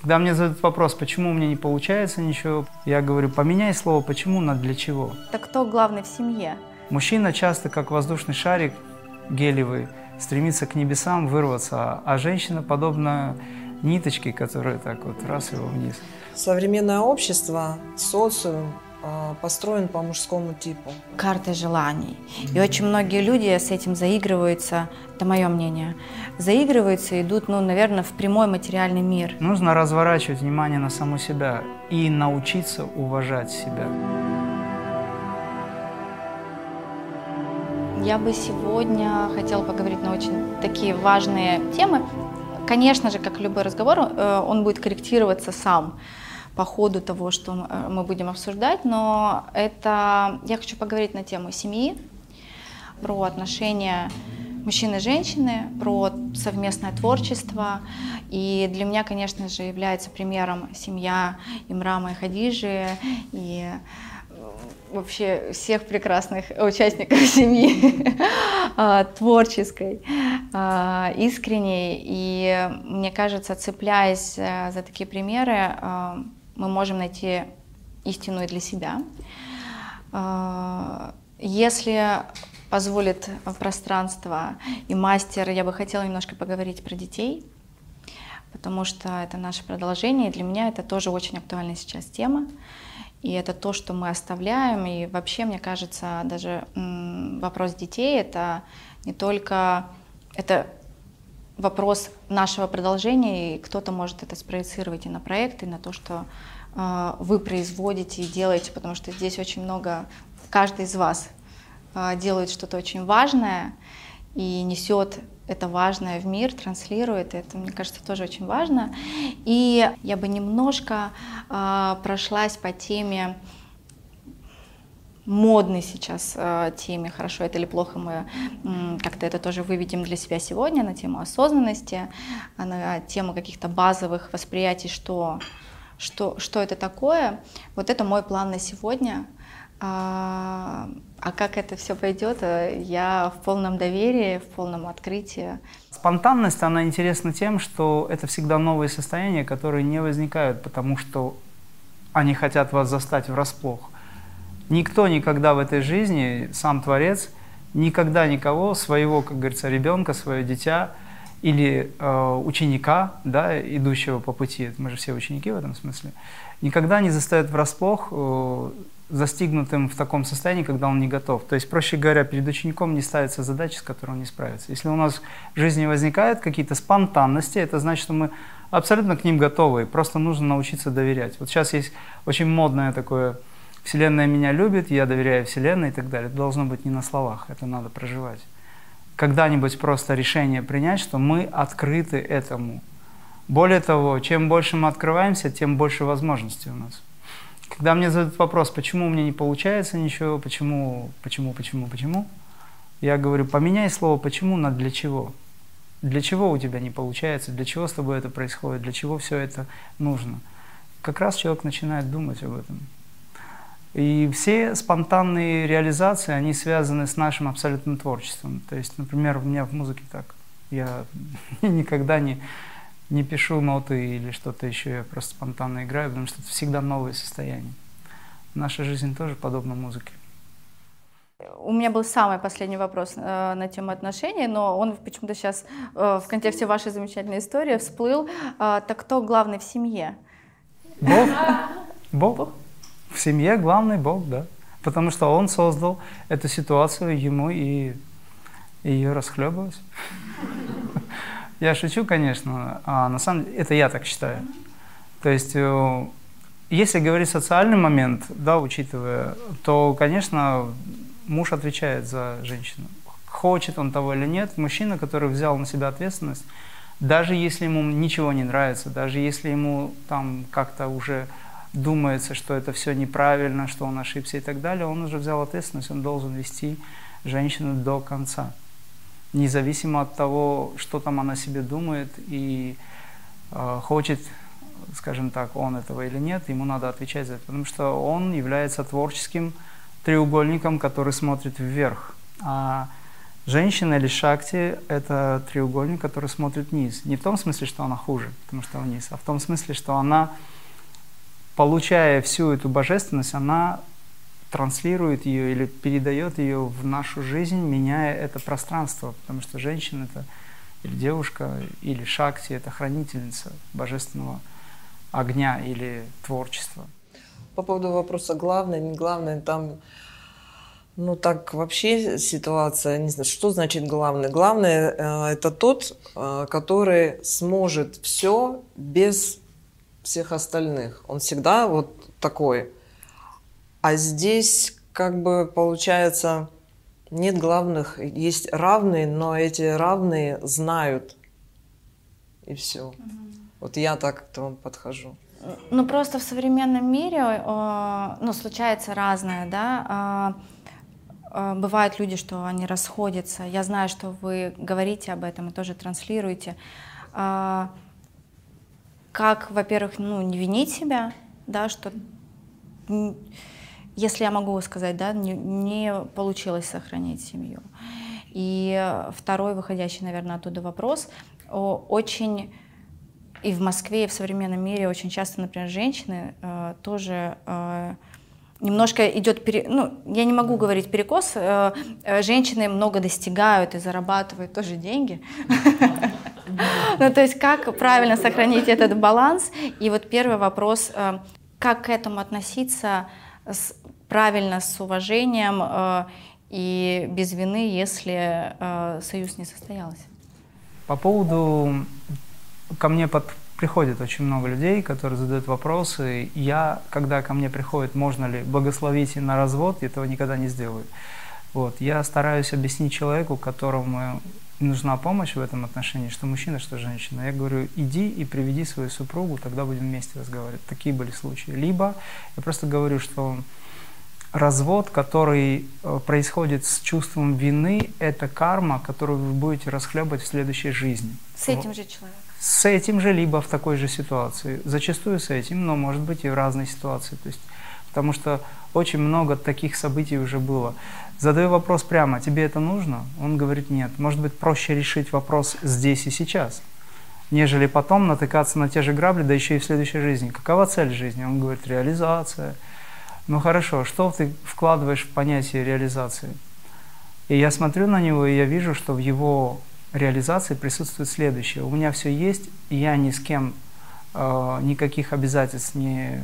Когда мне задают вопрос, почему у меня не получается ничего, я говорю, поменяй слово «почему» на «для чего». Так кто главный в семье? Мужчина часто, как воздушный шарик гелевый, стремится к небесам вырваться, а женщина подобна ниточке, которая так вот раз его вниз. Современное общество, социум построен по мужскому типу. Карта желаний. И очень многие люди с этим заигрываются, это мое мнение, заигрываются и идут, наверное, в прямой материальный мир. Нужно разворачивать внимание на саму себя и научиться уважать себя. Я бы сегодня хотела поговорить на очень такие важные темы. Конечно же, как любой разговор, он будет корректироваться сам по ходу того, что мы будем обсуждать, но я хочу поговорить на тему семьи, про отношения мужчины и женщины, про совместное творчество. И для меня, конечно же, является примером семья Имрама и Хадижи, и вообще всех прекрасных участников семьи, творческой, искренней. И мне кажется, цепляясь за такие примеры, мы можем найти истину и для себя. Если позволит пространство и мастер, я бы хотела немножко поговорить про детей, потому что это наше продолжение, и для меня это тоже очень актуальная сейчас тема. И это то, что мы оставляем. И вообще, мне кажется, даже вопрос детей — это не только вопрос нашего продолжения, и кто-то может это спроецировать и на проект, и на то, что вы производите и делаете, потому что здесь очень много, каждый из вас делает что-то очень важное и несет это важное в мир, транслирует. Это, мне кажется, тоже очень важно. И я бы немножко прошлась по теме, модной сейчас теме, хорошо это или плохо, мы как-то это тоже выведем для себя сегодня, на тему осознанности, на тему каких-то базовых восприятий, что это такое. Вот это мой план на сегодня. А как это все пойдет, я в полном доверии, в полном открытии. Спонтанность, она интересна тем, что это всегда новые состояния, которые не возникают, потому что они хотят вас застать врасплох. Никто никогда в этой жизни, сам Творец, никогда никого, своего, как говорится, ребенка, свое дитя или ученика, да, идущего по пути, мы же все ученики в этом смысле, никогда не застает врасплох, застигнутым в таком состоянии, когда он не готов. То есть, проще говоря, перед учеником не ставится задача, с которой он не справится. Если у нас в жизни возникают какие-то спонтанности, это значит, что мы абсолютно к ним готовы, просто нужно научиться доверять. Вот сейчас есть очень модное такое «Вселенная меня любит», «Я доверяю Вселенной» и так далее. Это должно быть не на словах, это надо проживать. Когда-нибудь просто решение принять, что мы открыты этому. Более того, чем больше мы открываемся, тем больше возможностей у нас. Когда мне задают вопрос, почему у меня не получается ничего, почему, я говорю, поменяй слово «почему» на «для чего». Для чего у тебя не получается, для чего с тобой это происходит, для чего все это нужно. Как раз человек начинает думать об этом. И все спонтанные реализации, они связаны с нашим абсолютным творчеством. То есть, например, у меня в музыке так. Я никогда не пишу ноты или что-то еще, я просто спонтанно играю, потому что это всегда новые состояния. Наша жизнь тоже подобна музыке. У меня был самый последний вопрос на тему отношений, но он почему-то сейчас в контексте вашей замечательной истории всплыл. Так кто главный в семье? Бог. Бог. В семье главный Бог, да. Потому что Он создал эту ситуацию, ему и ее расхлебывать. Я шучу, конечно, а на самом деле это я так считаю. То есть, если говорить социальный момент, да, учитывая, то, конечно, муж отвечает за женщину. Хочет он того или нет, мужчина, который взял на себя ответственность, даже если ему ничего не нравится, даже если ему там как-то уже думается, что это все неправильно, что он ошибся и так далее, он уже взял ответственность, он должен вести женщину до конца. Независимо от того, что там она себе думает и хочет, скажем так, он этого или нет, ему надо отвечать за это, потому что он является творческим треугольником, который смотрит вверх. А Женщина или шакти – это треугольник, который смотрит вниз. Не в том смысле, что она хуже, потому что вниз, а в том смысле, что она, получая всю эту божественность, она транслирует ее или передает ее в нашу жизнь, меняя это пространство, потому что женщина – это или девушка, или шакти – это хранительница божественного огня или творчества. По поводу вопроса главное, не главное, там, ну так вообще ситуация, не знаю, что значит главное. Главное это тот, который сможет все без всех остальных. Он всегда вот такой. А здесь как бы получается нет главных, есть равные, но эти равные знают. И все. Вот я так к этому подхожу. Ну, просто в современном мире, ну, случается разное, да. Бывают люди, что они расходятся. Я знаю, что вы говорите об этом и тоже транслируете. Как, во-первых, ну, не винить себя, да, что, если я могу сказать, да, не получилось сохранить семью. И второй, выходящий, наверное, оттуда вопрос, очень... И в Москве, и в современном мире очень часто, например, женщины тоже немножко идет, ну, я не могу говорить перекос, женщины много достигают и зарабатывают тоже деньги. Ну, то есть как правильно сохранить этот баланс? И вот первый вопрос, как к этому относиться правильно, с уважением и без вины, если союз не состоялся? По поводу... Ко мне приходит очень много людей, которые задают вопросы. Я, когда ко мне приходит, можно ли благословить на развод, этого никогда не сделаю. Вот. Я стараюсь объяснить человеку, которому нужна помощь в этом отношении, что мужчина, что женщина. Я говорю, иди и приведи свою супругу, тогда будем вместе разговаривать. Такие были случаи. Либо я просто говорю, что развод, который происходит с чувством вины, это карма, которую вы будете расхлебывать в следующей жизни. С этим же человеком. С этим же, либо в такой же ситуации. Зачастую с этим, но может быть и в разной ситуации. То есть, потому что очень много таких событий уже было. Задаю вопрос прямо, тебе это нужно? Он говорит, нет. Может быть, проще решить вопрос здесь и сейчас, нежели потом натыкаться на те же грабли, да еще и в следующей жизни. Какова цель жизни? Он говорит, реализация. Ну хорошо, что ты вкладываешь в понятие реализации? И я смотрю на него, и я вижу, что в его реализации присутствует следующее. У меня все есть, и я ни с кем никаких обязательств не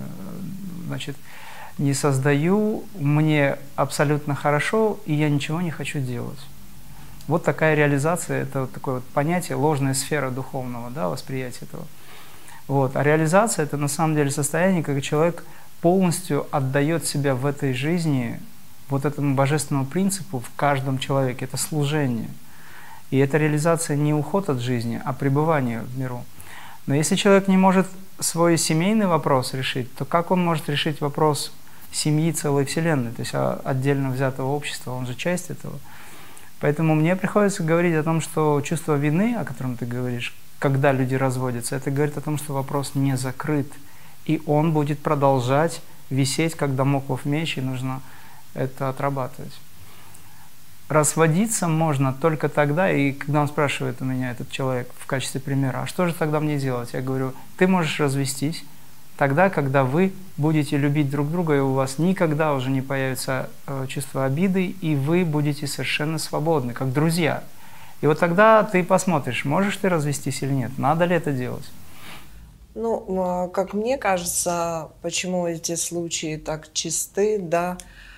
создаю, мне абсолютно хорошо, и я ничего не хочу делать. Вот такая реализация, это вот такое вот понятие, ложная сфера духовного, да, восприятия этого. Вот. А реализация – это на самом деле состояние, когда человек полностью отдает себя в этой жизни вот этому божественному принципу в каждом человеке. Это служение. И эта реализация не уход от жизни, а пребывание в миру. Но если человек не может свой семейный вопрос решить, то как он может решить вопрос семьи целой Вселенной, то есть отдельно взятого общества, он же часть этого. Поэтому мне приходится говорить о том, что чувство вины, о котором ты говоришь, когда люди разводятся, это говорит о том, что вопрос не закрыт, и он будет продолжать висеть, как дамоклов меч, и нужно это отрабатывать. Разводиться можно только тогда, и когда он спрашивает у меня, этот человек, в качестве примера, а что же тогда мне делать? Я говорю, ты можешь развестись тогда, когда вы будете любить друг друга, и у вас никогда уже не появится чувство обиды, и вы будете совершенно свободны, как друзья. И вот тогда ты посмотришь, можешь ты развестись или нет, надо ли это делать. Ну, как мне кажется, почему эти случаи так чисты, да,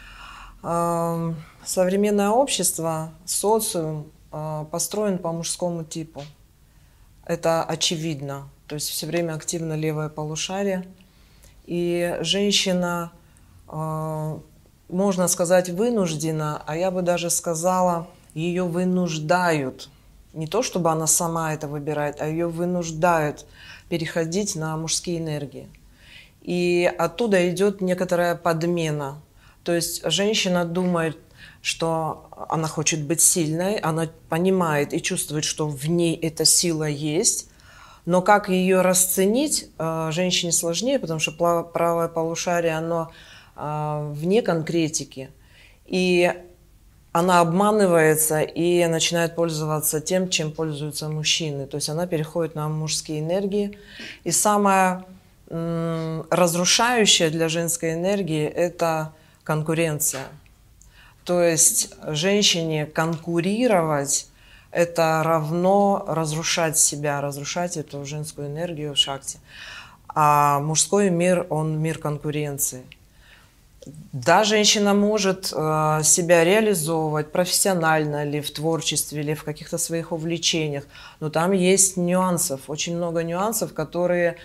современное общество, социум построен по мужскому типу. Это очевидно. То есть все время активно левое полушарие. И женщина, можно сказать, вынуждена, а я бы даже сказала, ее вынуждают. Не то, чтобы она сама это выбирает, а ее вынуждают переходить на мужские энергии. И оттуда идет некоторая подмена. То есть женщина думает, что она хочет быть сильной, она понимает и чувствует, что в ней эта сила есть, но как ее расценить женщине сложнее, потому что правое полушарие, оно вне конкретики. И она обманывается и начинает пользоваться тем, чем пользуются мужчины. То есть она переходит на мужские энергии. И самое разрушающее для женской энергии – это конкуренция. То есть женщине конкурировать – это равно разрушать себя, разрушать эту женскую энергию в шакти. А мужской мир, он мир конкуренции. Да, женщина может себя реализовывать профессионально или в творчестве, или в каких-то своих увлечениях, но там есть нюансов, очень много нюансов, которые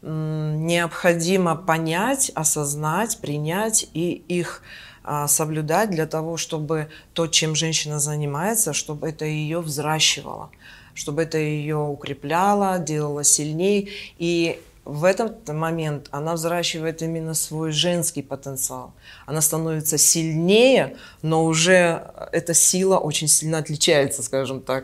необходимо понять, осознать, принять и их соблюдать для того, чтобы то, чем женщина занимается, чтобы это ее взращивало, чтобы это ее укрепляло, делало сильнее. И в этот момент она взращивает именно свой женский потенциал. Она становится сильнее, но уже эта сила очень сильно отличается, скажем так,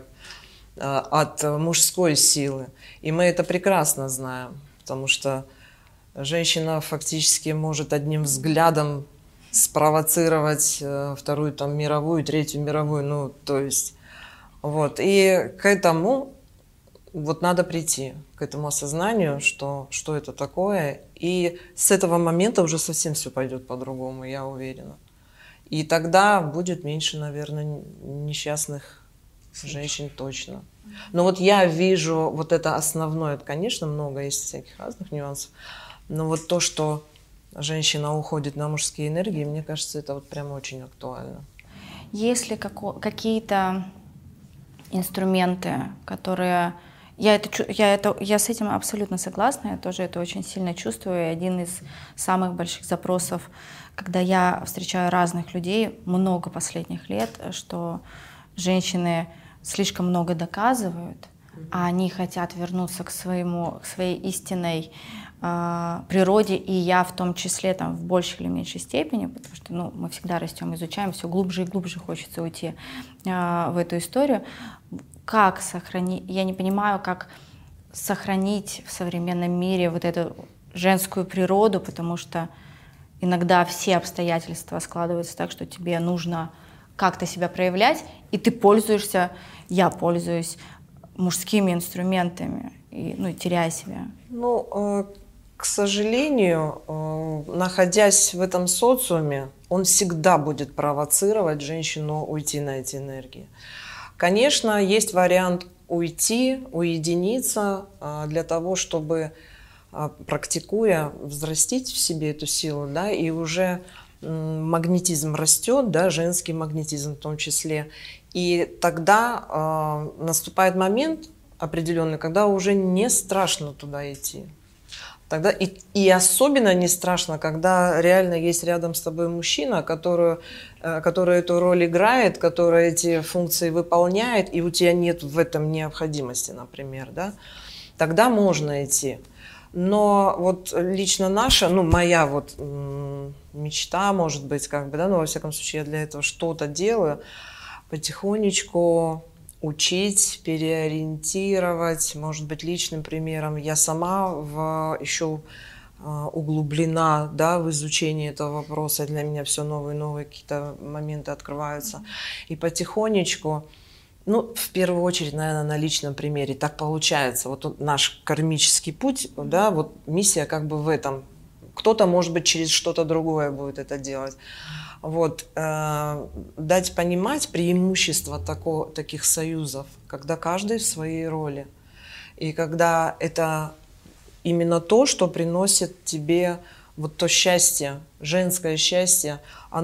от мужской силы. И мы это прекрасно знаем, потому что женщина фактически может одним взглядом спровоцировать вторую там, мировую, третью мировую. Ну, то есть, вот. И к этому вот надо прийти, к этому осознанию, что это такое. И с этого момента уже совсем все пойдет по-другому, я уверена. И тогда будет меньше, наверное, несчастных женщин точно. Но вот я вижу вот это основное. Конечно, много есть всяких разных нюансов. Но вот то, что женщина уходит на мужские энергии, мне кажется, это вот прямо очень актуально. Есть ли какие-то инструменты, которые... Я с этим абсолютно согласна, я тоже это очень сильно чувствую. И один из самых больших запросов, когда я встречаю разных людей, много последних лет, что женщины слишком много доказывают, а они хотят вернуться к своей истинной природе, и я в том числе там, в большей или меньшей степени, потому что мы всегда растем, изучаем, все глубже и глубже хочется уйти в эту историю. Как сохранить, я не понимаю, как сохранить в современном мире вот эту женскую природу, потому что иногда все обстоятельства складываются так, что тебе нужно как-то себя проявлять, и ты я пользуюсь мужскими инструментами, и теряя себя. К сожалению, находясь в этом социуме, он всегда будет провоцировать женщину уйти на эти энергии. Конечно, есть вариант уйти, уединиться для того, чтобы, практикуя, взрастить в себе эту силу, да, и уже магнетизм растет, да, женский магнетизм в том числе. И тогда наступает момент определенный, когда уже не страшно туда идти. Тогда и особенно не страшно, когда реально есть рядом с тобой мужчина, который эту роль играет, который эти функции выполняет, и у тебя нет в этом необходимости, например, да? Тогда можно идти. Но вот лично наша, моя вот мечта, может быть, во всяком случае, я для этого что-то делаю, потихонечку учить, переориентировать, может быть, личным примером. Я сама еще углублена, да, в изучении этого вопроса. Для меня все новые и новые какие-то моменты открываются. И потихонечку, в первую очередь, наверное, на личном примере. Так получается. Вот наш кармический путь, да, вот миссия в этом. Кто-то, может быть, через что-то другое будет это делать. Вот, дать понимать преимущество таких союзов, когда каждый в своей роли. И когда это именно то, что приносит тебе вот то счастье, женское счастье,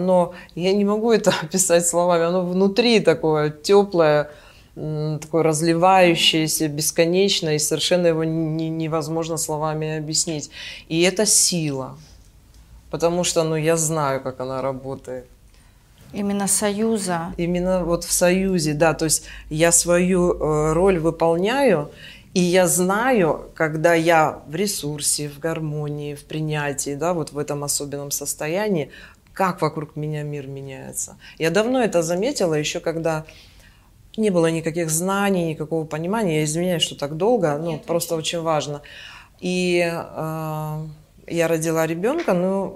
я не могу это описать словами, оно внутри такое теплое, такое разливающееся, бесконечное, и совершенно его невозможно словами объяснить. И это сила. Потому что, я знаю, как она работает. Именно союза. Именно вот в союзе, да. То есть я свою роль выполняю, и я знаю, когда я в ресурсе, в гармонии, в принятии, да, вот в этом особенном состоянии, как вокруг меня мир меняется. Я давно это заметила, еще когда не было никаких знаний, никакого понимания. Я извиняюсь, что так долго, просто очень важно. И... я родила ребенка,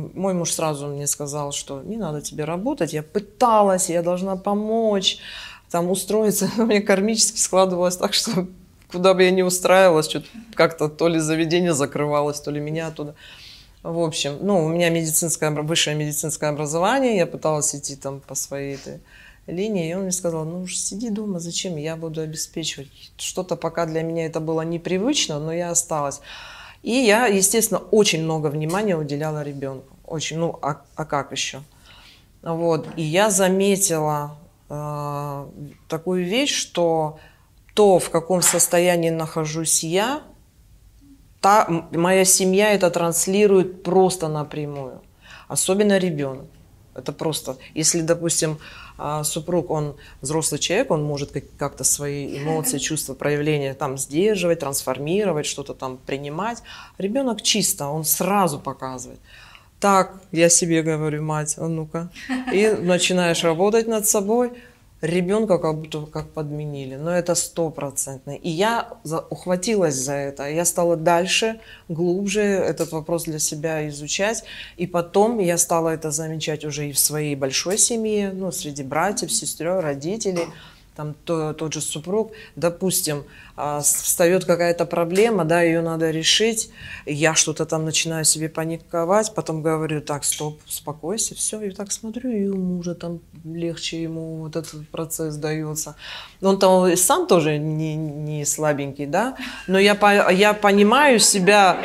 мой муж сразу мне сказал, что не надо тебе работать. Я пыталась, я должна помочь, там устроиться. У меня кармически складывалось так, что куда бы я ни устраивалась, что-то как-то то ли заведение закрывалось, то ли меня оттуда. В общем, ну, у меня высшее медицинское образование, я пыталась идти там по своей этой линии, и он мне сказал, ну уж сиди дома, зачем, я буду обеспечивать. Что-то пока для меня это было непривычно, но я осталась. И я, естественно, очень много внимания уделяла ребенку. Очень, ну, а как еще? Вот. И я заметила такую вещь, что то, в каком состоянии нахожусь я, моя семья это транслирует просто напрямую. Особенно ребенок. Это просто, если, допустим, супруг, он взрослый человек, он может как-то свои эмоции, чувства, проявления там сдерживать, трансформировать, что-то там принимать. Ребенок чисто, он сразу показывает. Так, я себе говорю, мать, а ну-ка. И начинаешь работать над собой, ребенка как будто как подменили. Но это 100%. И я ухватилась за это. Я стала дальше, глубже этот вопрос для себя изучать. И потом я стала это замечать уже и в своей большой семье, ну, среди братьев, сестер, родителей. Там тот же супруг, допустим, встает какая-то проблема, да, ее надо решить, я что-то там начинаю себе паниковать, потом говорю, так, стоп, успокойся, все, и так смотрю, и у мужа там легче ему вот этот процесс дается. Он там и сам тоже не слабенький, да, но я понимаю себя,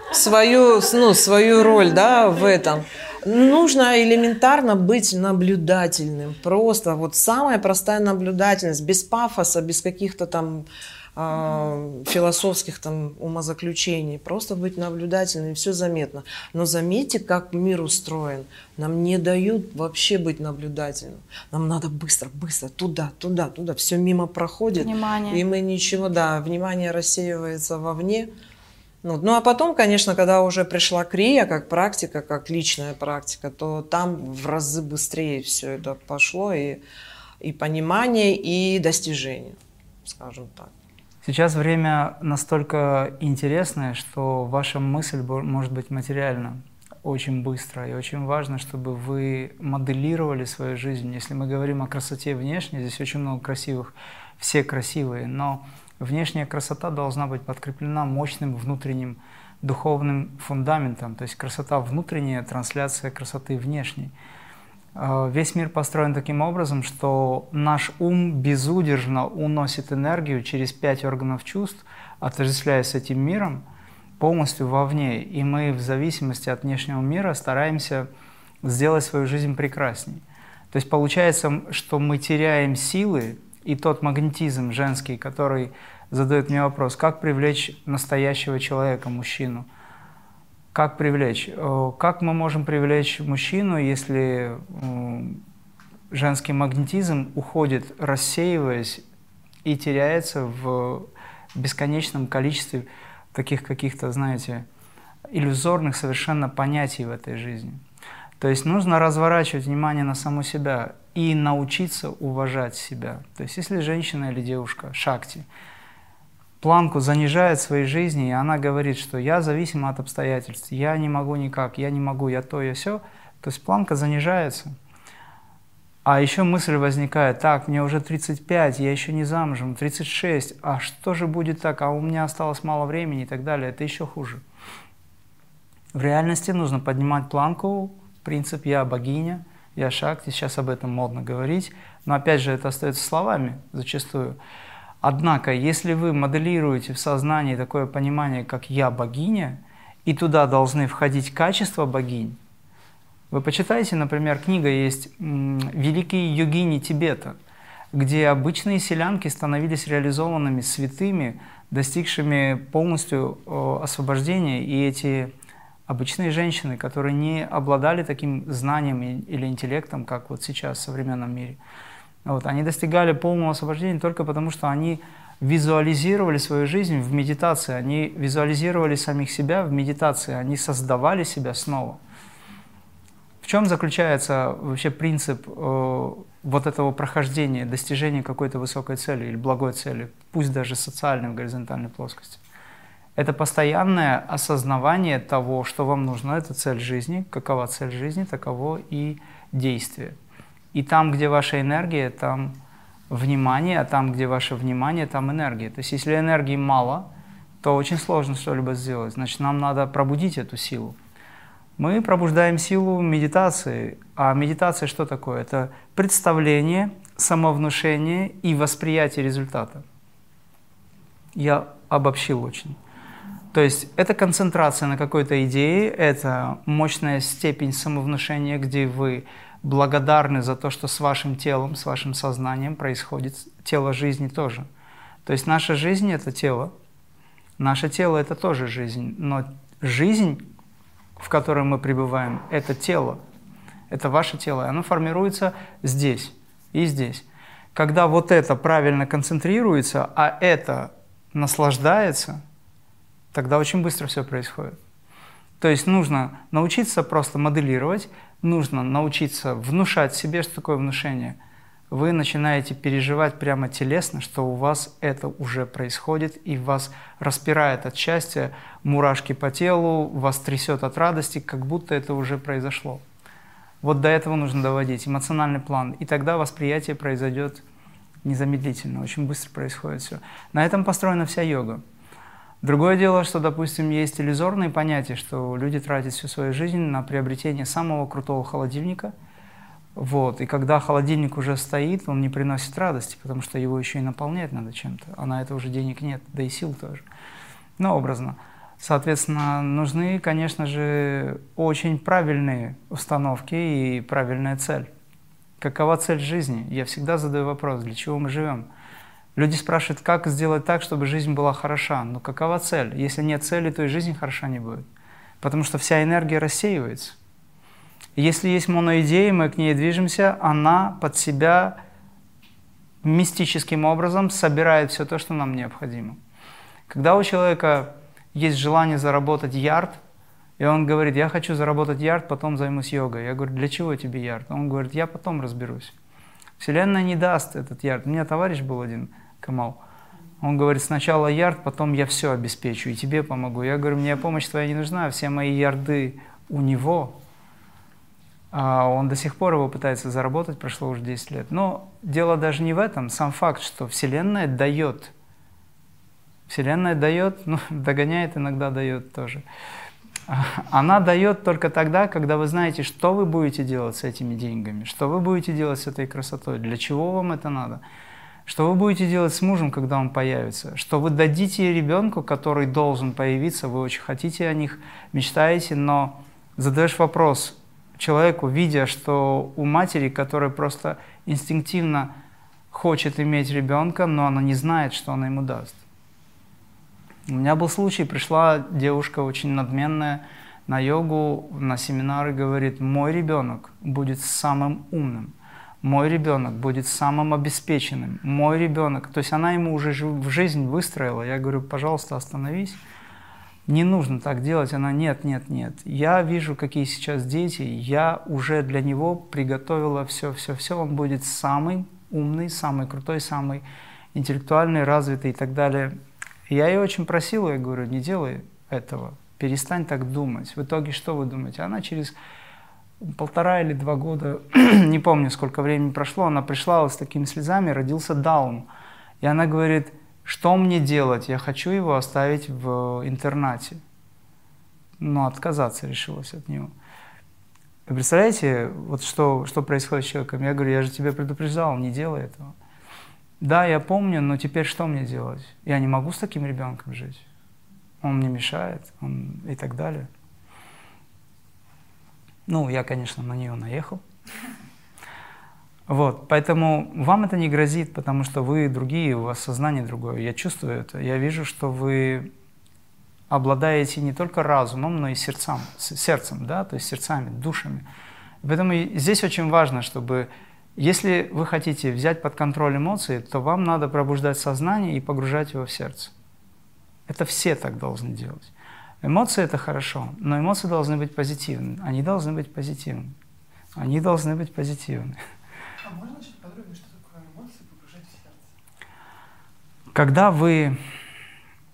свою роль, да, в этом. Нужно элементарно быть наблюдательным, просто вот самая простая наблюдательность, без пафоса, без каких-то там философских там умозаключений, просто быть наблюдательным, и все заметно. Но заметьте, как мир устроен. Нам не дают вообще быть наблюдательным. Нам надо быстро, туда, все мимо проходит. Внимание. И мы ничего, да, внимание рассеивается вовне. Ну, а потом, конечно, когда уже пришла крия как практика, как личная практика, то там в разы быстрее все это пошло, и понимание, и достижение, скажем так. Сейчас время настолько интересное, что ваша мысль может быть материальна очень быстро. И очень важно, чтобы вы моделировали свою жизнь. Если мы говорим о красоте внешней, здесь очень много красивых, все красивые, но внешняя красота должна быть подкреплена мощным внутренним духовным фундаментом. То есть красота внутренняя, трансляция красоты внешней. Весь мир построен таким образом, что наш ум безудержно уносит энергию через 5 органов чувств, отождествляясь с этим миром, полностью вовне. И мы в зависимости от внешнего мира стараемся сделать свою жизнь прекрасней. То есть получается, что мы теряем силы, и тот магнетизм женский, который задает мне вопрос, как привлечь настоящего человека, мужчину? Как привлечь? Как мы можем привлечь мужчину, если женский магнетизм уходит, рассеиваясь и теряется в бесконечном количестве таких каких-то, знаете, иллюзорных совершенно понятий в этой жизни? То есть нужно разворачивать внимание на саму себя и научиться уважать себя. То есть если женщина или девушка, шакти, планку занижает в своей жизни, и она говорит, что я зависима от обстоятельств, я не могу никак, я не могу, я то, я сё, то есть планка занижается. А еще мысль возникает, так, мне уже 35, я еще не замужем, 36, а что же будет так, а у меня осталось мало времени и так далее, это еще хуже. В реальности нужно поднимать планку, принцип «я богиня», «я шакти», сейчас об этом модно говорить, но опять же это остается словами зачастую. Однако, если вы моделируете в сознании такое понимание, как «я богиня», и туда должны входить качества богинь, вы почитайте, например, книга есть «Великие йогини Тибета», где обычные селянки становились реализованными святыми, достигшими полностью освобождения, и эти обычные женщины, которые не обладали таким знанием или интеллектом, как вот сейчас в современном мире, вот, они достигали полного освобождения только потому, что они визуализировали свою жизнь в медитации, они визуализировали самих себя в медитации, они создавали себя снова. В чем заключается вообще принцип вот этого прохождения, достижения какой-то высокой цели или благой цели, пусть даже социальной в горизонтальной плоскости? Это постоянное осознавание того, что вам нужно. Это цель жизни. Какова цель жизни, таково и действие. И там, где ваша энергия, там внимание, а там, где ваше внимание, там энергия. То есть если энергии мало, то очень сложно что-либо сделать. Значит, нам надо пробудить эту силу. Мы пробуждаем силу медитации. А медитация что такое? Это представление, самовнушение и восприятие результата. Я обобщил очень. То есть это концентрация на какой-то идее, это мощная степень самовнушения, где вы благодарны за то, что с вашим телом, с вашим сознанием происходит, тело жизни тоже. То есть наша жизнь – это тело, наше тело – это тоже жизнь, но жизнь, в которой мы пребываем, это тело, это ваше тело, и оно формируется здесь и здесь. Когда вот это правильно концентрируется, а это наслаждается, тогда очень быстро все происходит. То есть нужно научиться просто моделировать, нужно научиться внушать себе, что такое внушение. Вы начинаете переживать прямо телесно, что у вас это уже происходит, и вас распирает от счастья, мурашки по телу, вас трясет от радости, как будто это уже произошло. Вот до этого нужно доводить эмоциональный план, и тогда восприятие произойдет незамедлительно, очень быстро происходит все. На этом построена вся йога. Другое дело, что, допустим, есть иллюзорные понятия, что люди тратят всю свою жизнь на приобретение самого крутого холодильника. Вот. И когда холодильник уже стоит, он не приносит радости, потому что его еще и наполнять надо чем-то, а на это уже денег нет, да и сил тоже. Но образно. Соответственно, нужны, конечно же, очень правильные установки и правильная цель. Какова цель жизни? Я всегда задаю вопрос, для чего мы живем? Люди спрашивают, как сделать так, чтобы жизнь была хороша. Но какова цель? Если нет цели, то и жизнь хороша не будет. Потому что вся энергия рассеивается. Если есть моноидея, мы к ней движемся, она под себя мистическим образом собирает все то, что нам необходимо. Когда у человека есть желание заработать ярд, и он говорит, я хочу заработать ярд, потом займусь йогой. Я говорю, для чего тебе ярд? Он говорит, я потом разберусь. Вселенная не даст этот ярд. У меня товарищ был один, Камал. Он говорит, сначала ярд, потом я все обеспечу и тебе помогу. Я говорю, мне помощь твоя не нужна, все мои ярды у него. А он до сих пор его пытается заработать, прошло уже 10 лет. Но дело даже не в этом. Сам факт, что Вселенная дает. Вселенная дает, ну, догоняет, иногда дает тоже. Она дает только тогда, когда вы знаете, что вы будете делать с этими деньгами, что вы будете делать с этой красотой, для чего вам это надо, что вы будете делать с мужем, когда он появится, что вы дадите ребенку, который должен появиться, вы очень хотите о них, мечтаете, но задаешь вопрос человеку, видя, что у матери, которая просто инстинктивно хочет иметь ребенка, но она не знает, что она ему даст. У меня был случай, пришла девушка очень надменная на йогу, на семинары, говорит, мой ребенок будет самым умным, мой ребенок будет самым обеспеченным, мой ребенок, то есть она ему уже в жизнь выстроила. Я говорю, пожалуйста, остановись, не нужно так делать. Она, нет, нет, нет, я вижу, какие сейчас дети, я уже для него приготовила все, он будет самый умный, самый крутой, самый интеллектуальный, развитый и так далее. Я ее очень просил, я говорю, не делай этого, перестань так думать. В итоге что вы думаете? Она через 1,5 или 2 года, не помню, сколько времени прошло, она пришла вот с такими слезами, родился Даун. И она говорит, что мне делать? Я хочу его оставить в интернате. Но отказаться решилась от него. Вы представляете, вот что происходит с человеком? Я говорю, я же тебя предупреждал, не делай этого. Да, я помню, но теперь что мне делать? Я не могу с таким ребенком жить. Он мне мешает, и так далее. Ну, я, конечно, на нее наехал. Вот, поэтому вам это не грозит, потому что вы другие, у вас сознание другое. Я чувствую это. Я вижу, что вы обладаете не только разумом, но и сердцем, да, то есть сердцами, душами. Поэтому здесь очень важно, чтобы... Если вы хотите взять под контроль эмоции, то вам надо пробуждать сознание и погружать его в сердце. Это все так должны делать. Эмоции – это хорошо, но эмоции должны быть позитивны. Они должны быть позитивны. Они должны быть позитивны. А можно чуть подробнее, что такое эмоции погружать в сердце? Когда вы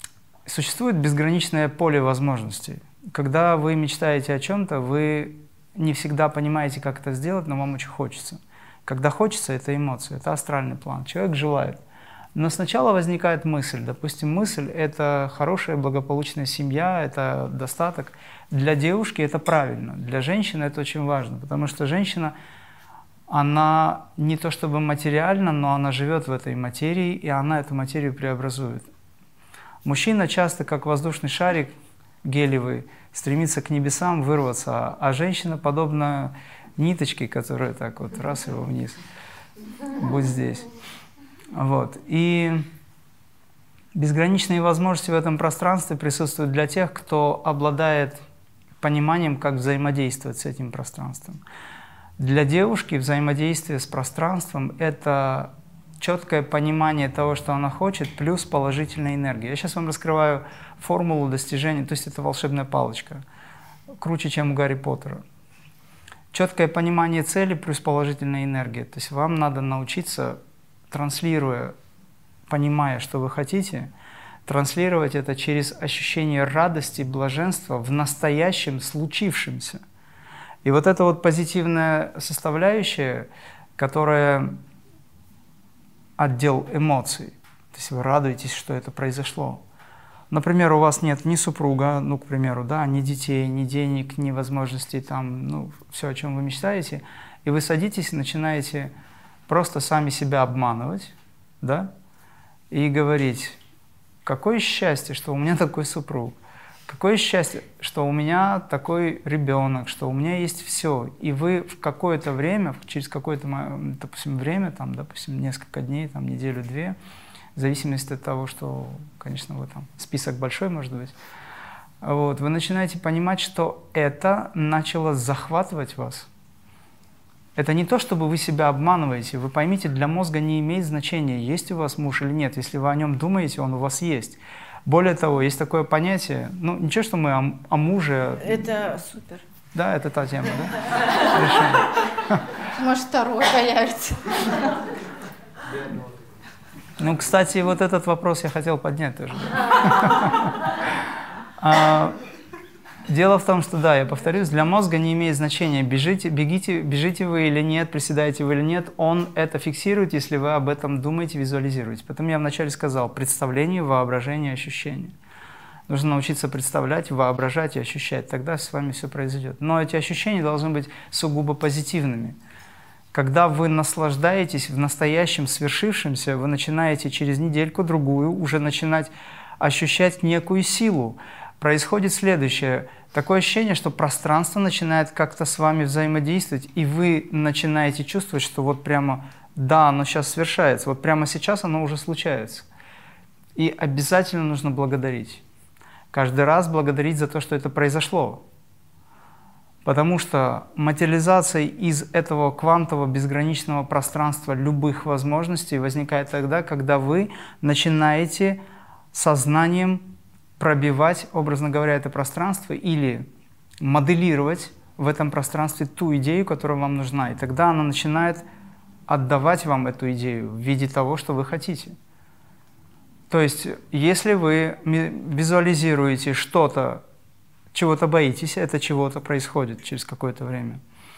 Существует безграничное поле возможностей. Когда вы мечтаете о чем-то, вы не всегда понимаете, как это сделать, но вам очень хочется. Когда хочется, это эмоции, это астральный план. Человек желает. Но сначала возникает мысль. Допустим, мысль – это хорошая, благополучная семья, это достаток. Для девушки это правильно, для женщины это очень важно, потому что женщина, она не то чтобы материальна, но она живет в этой материи, и она эту материю преобразует. Мужчина часто, как воздушный шарик гелевый, стремится к небесам вырваться, а женщина подобна ниточке, которая так вот раз его вниз, будь здесь. Вот. И безграничные возможности в этом пространстве присутствуют для тех, кто обладает пониманием, как взаимодействовать с этим пространством. Для девушки взаимодействие с пространством – это четкое понимание того, что она хочет, плюс положительная энергия. Я сейчас вам раскрываю формулу достижения, то есть это волшебная палочка, круче, чем у Гарри Поттера. Четкое понимание цели плюс положительная энергия. То есть вам надо научиться, транслируя, понимая, что вы хотите, транслировать это через ощущение радости, блаженства в настоящем случившемся. И вот эта вот позитивная составляющая, которая отдел эмоций, то есть вы радуетесь, что это произошло. Например, у вас нет ни супруга, ну, к примеру, да, ни детей, ни денег, ни возможностей, там, ну, все, о чем вы мечтаете, и вы садитесь и начинаете просто сами себя обманывать, да, и говорить: какое счастье, что у меня такой супруг, какое счастье, что у меня такой ребенок, что у меня есть все. И вы в какое-то время, через какое-то, допустим, время, там, допустим, несколько дней, там, неделю-две, в зависимости от того, что, конечно, вы там, список большой может быть, вот, вы начинаете понимать, что это начало захватывать вас. Это не то, чтобы вы себя обманываете. Вы поймите, для мозга не имеет значения, есть у вас муж или нет. Если вы о нем думаете, он у вас есть. Более того, есть такое понятие, ну, ничего, что мы о муже… Это супер. Да, это та тема, да? Решим. Может, второй появится. Ну, кстати, вот этот вопрос я хотел поднять тоже. Дело в том, что, да, я повторюсь, для мозга не имеет значения, бежите вы или нет, приседаете вы или нет, он это фиксирует, если вы об этом думаете, визуализируете. Поэтому я вначале сказал: представление, воображение, ощущение. Нужно научиться представлять, воображать и ощущать, тогда с вами все произойдет. Но эти ощущения должны быть сугубо позитивными. Когда вы наслаждаетесь в настоящем свершившемся, вы начинаете через недельку-другую уже начинать ощущать некую силу. Происходит следующее. Такое ощущение, что пространство начинает как-то с вами взаимодействовать, и вы начинаете чувствовать, что вот прямо, да, оно сейчас свершается, вот прямо сейчас оно уже случается. И обязательно нужно благодарить. Каждый раз благодарить за то, что это произошло. Потому что материализация из этого квантового безграничного пространства любых возможностей возникает тогда, когда вы начинаете сознанием пробивать, образно говоря, это пространство или моделировать в этом пространстве ту идею, которая вам нужна. И тогда она начинает отдавать вам эту идею в виде того, что вы хотите. То есть, если вы визуализируете что-то, чего-то боитесь, это чего-то происходит через какое-то время.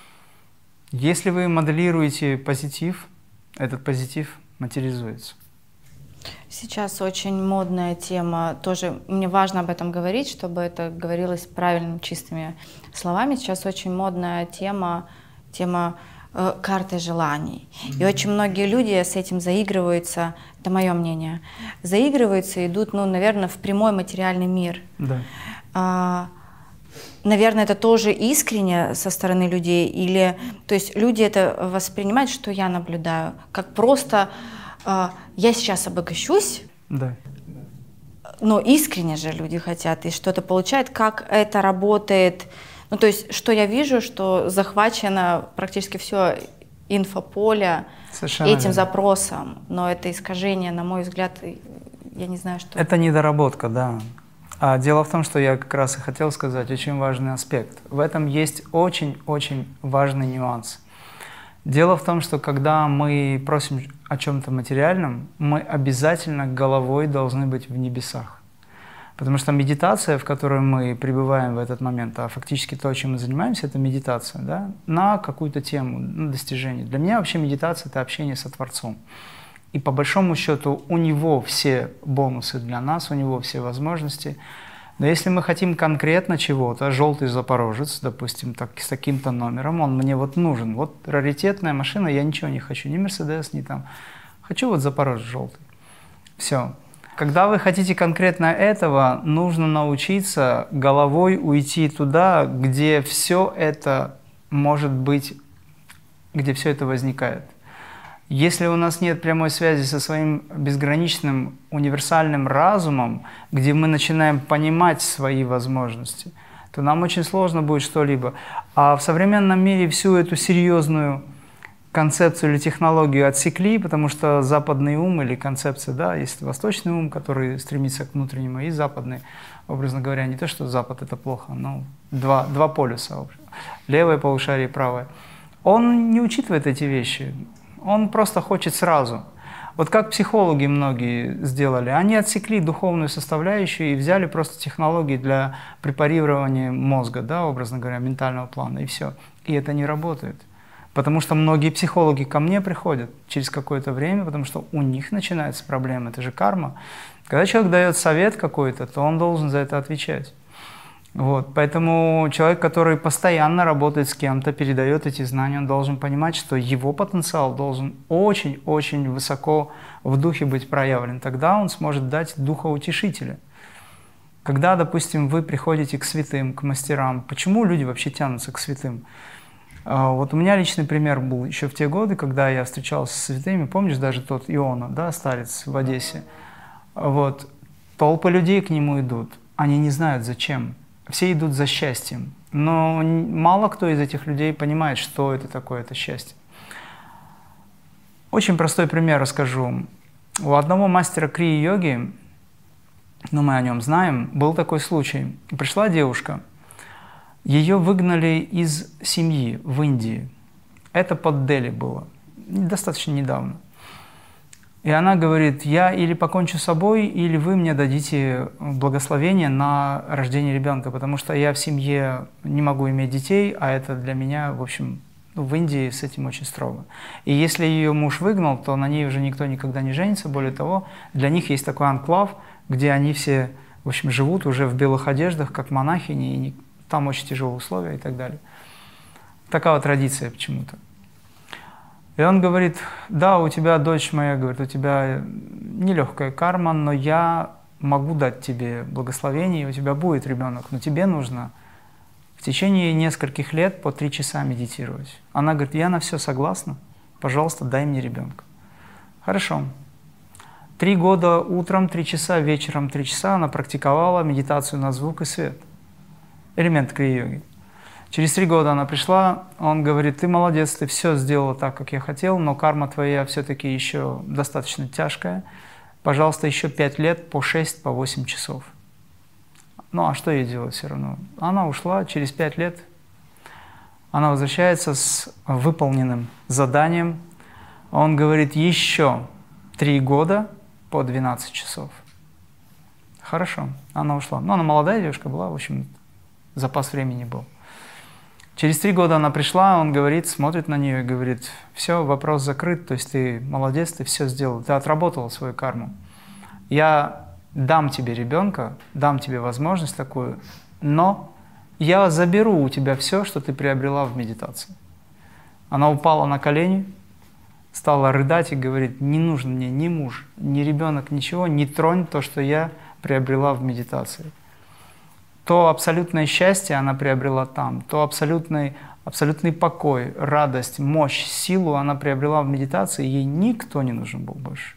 Если вы моделируете позитив, этот позитив материализуется. Сейчас очень модная тема, тоже мне важно об этом говорить, чтобы это говорилось правильными, чистыми словами. Сейчас очень модная тема карты желаний. И очень многие люди с этим заигрываются, это мое мнение, заигрываются, идут, ну, наверное, в прямой материальный мир. Да. Наверное, это тоже искренне со стороны людей, или, то есть люди это воспринимают, что я наблюдаю, как просто я сейчас обогащусь, Да. но искренне же люди хотят и что-то получают, как это работает. Ну, то есть, что я вижу, что захвачено практически все инфополе Совершенно этим верно. запросом, но это искажение, на мой взгляд, я не знаю, что… Это недоработка, да. А дело в том, что я как раз и хотел сказать очень важный аспект. В этом есть очень-очень важный нюанс. Дело в том, что когда мы просим о чем-то материальном, мы обязательно головой должны быть в небесах. Потому что медитация, в которой мы пребываем в этот момент, а фактически то, чем мы занимаемся, это медитация, да, на какую-то тему, на достижение. Для меня вообще медитация – это общение со Творцом. И по большому счету у него все бонусы для нас, у него все возможности. Но если мы хотим конкретно чего-то, желтый Запорожец, допустим, с таким-то номером, он мне вот нужен. Вот раритетная машина, я ничего не хочу, ни Мерседес, ни там. Хочу вот Запорожец желтый. Все. Когда вы хотите конкретно этого, нужно научиться головой уйти туда, где все это может быть, где все это возникает. Если у нас нет прямой связи со своим безграничным универсальным разумом, где мы начинаем понимать свои возможности, то нам очень сложно будет что-либо. А в современном мире всю эту серьезную концепцию или технологию отсекли, потому что западный ум или концепция, да, есть восточный ум, который стремится к внутреннему, и западный, образно говоря, не то, что Запад это плохо, но два полюса, левое полушарие и правое. Он не учитывает эти вещи, он просто хочет сразу. Вот как психологи многие сделали, они отсекли духовную составляющую и взяли просто технологии для препарирования мозга, да, образно говоря, ментального плана, и все. И это не работает. Потому что многие психологи ко мне приходят через какое-то время, потому что у них начинается проблема, это же карма. Когда человек дает совет какой-то, то он должен за это отвечать. Вот. Поэтому человек, который постоянно работает с кем-то, передает эти знания, он должен понимать, что его потенциал должен очень-очень высоко в духе быть проявлен. Тогда он сможет дать духоутешителя. Когда, допустим, вы приходите к святым, к мастерам, почему люди вообще тянутся к святым? Вот у меня личный пример был еще в те годы, когда я встречался с святыми. Помнишь даже тот Иона, да, старец в Одессе? Вот. Толпы людей к нему идут. Они не знают, зачем. Все идут за счастьем. Но мало кто из этих людей понимает, что это такое, это счастье. Очень простой пример расскажу. У одного мастера крия-йоги, ну мы о нем знаем, был такой случай. Пришла девушка. Ее выгнали из семьи в Индии. Это под Дели было, достаточно недавно. И она говорит, я или покончу с собой, или вы мне дадите благословение на рождение ребенка, потому что я в семье не могу иметь детей, а это для меня, в общем, в Индии с этим очень строго. И если ее муж выгнал, то на ней уже никто никогда не женится. Более того, для них есть такой анклав, где они все, в общем, живут уже в белых одеждах, как монахини, и там очень тяжелые условия и так далее. Такая традиция почему-то. И он говорит, да, у тебя, дочь моя, говорит, у тебя нелегкая карма, но я могу дать тебе благословение, и у тебя будет ребенок, но тебе нужно в течение нескольких лет по 3 часа медитировать. Она говорит, я на все согласна, пожалуйста, дай мне ребенка. Хорошо. 3 года утром 3 часа, вечером 3 часа она практиковала медитацию на звук и свет. Элемент крия-йоги. Через 3 года она пришла, он говорит, ты молодец, ты все сделала так, как я хотел, но карма твоя все-таки еще достаточно тяжкая. Пожалуйста, еще 5 лет по 6, по 8 часов. Ну а что ей делать все равно? Она ушла, через 5 лет она возвращается с выполненным заданием. Он говорит, еще 3 года по 12 часов. Хорошо, она ушла. Ну, она молодая девушка была, в общем, запас времени был. Через 3 года она пришла, он говорит, смотрит на нее и говорит, все, вопрос закрыт, то есть ты молодец, ты все сделал, ты отработала свою карму. Я дам тебе ребенка, дам тебе возможность такую, но я заберу у тебя все, что ты приобрела в медитации. Она упала на колени, стала рыдать и говорит, не нужен мне ни муж, ни ребенок, ничего, не тронь то, что я приобрела в медитации. То абсолютное счастье она приобрела там, то абсолютный покой, радость, мощь, силу она приобрела в медитации, ей никто не нужен был больше.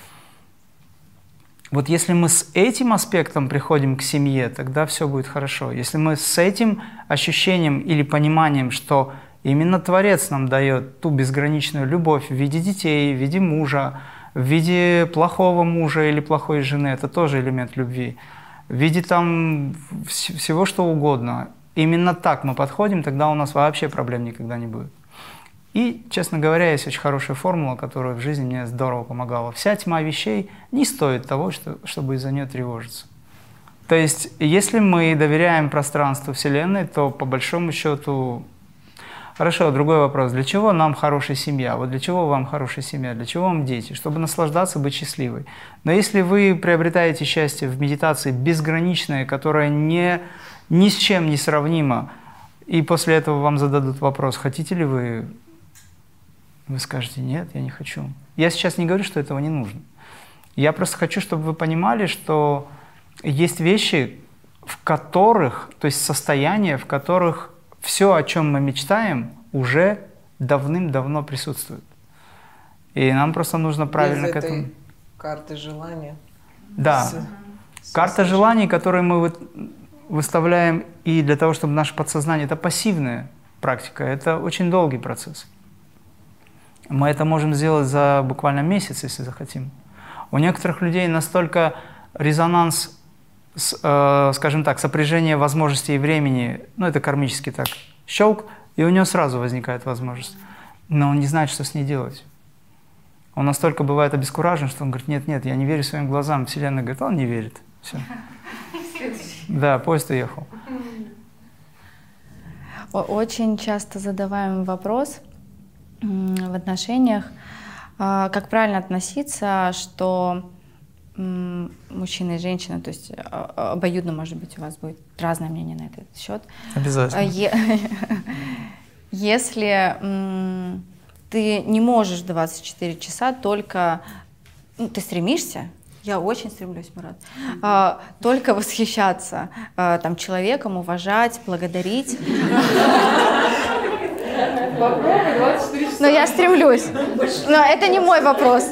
Вот если мы с этим аспектом приходим к семье, тогда все будет хорошо. Если мы с этим ощущением или пониманием, что именно Творец нам дает ту безграничную любовь в виде детей, в виде мужа, в виде плохого мужа или плохой жены, это тоже элемент любви, в виде там всего что угодно. Именно так мы подходим, тогда у нас вообще проблем никогда не будет. И, честно говоря, есть очень хорошая формула, которая в жизни мне здорово помогала. Вся тьма вещей не стоит того, чтобы из-за нее тревожиться. То есть, если мы доверяем пространству Вселенной, то по большому счету... Хорошо, другой вопрос. Для чего нам хорошая семья? Вот для чего вам хорошая семья? Для чего вам дети? Чтобы наслаждаться, быть счастливой. Но если вы приобретаете счастье в медитации безграничное, которое ни с чем не сравнимо, и после этого вам зададут вопрос, хотите ли вы скажете, нет, я не хочу. Я сейчас не говорю, что этого не нужно. Я просто хочу, чтобы вы понимали, что есть вещи, в которых, то есть состояния, в которых все, о чем мы мечтаем, уже давным-давно присутствует. И нам просто нужно правильно Без к этому... этой карты желания. Да. Карта желаний, которую мы выставляем и для того, чтобы наше подсознание... Это пассивная практика, это очень долгий процесс. Мы это можем сделать за буквально месяц, если захотим. У некоторых людей настолько резонанс, скажем так, сопряжение возможностей и времени, ну это кармически так, щелк, и у него сразу возникает возможность. Но он не знает, что с ней делать. Он настолько бывает обескуражен, что он говорит, нет, я не верю своим глазам. Вселенная говорит, он не верит. Все. Да, поезд уехал. Очень часто задаваем вопрос в отношениях, как правильно относиться, что мужчина и женщина, то есть обоюдно, может быть, у вас будет разное мнение на этот счет. Обязательно. Если ты не можешь 24 часа только, ты стремишься, я очень стремлюсь, Мурат, только восхищаться там, человеком, уважать, благодарить. Попробуй 24 часа. Но я стремлюсь. Но это не мой вопрос.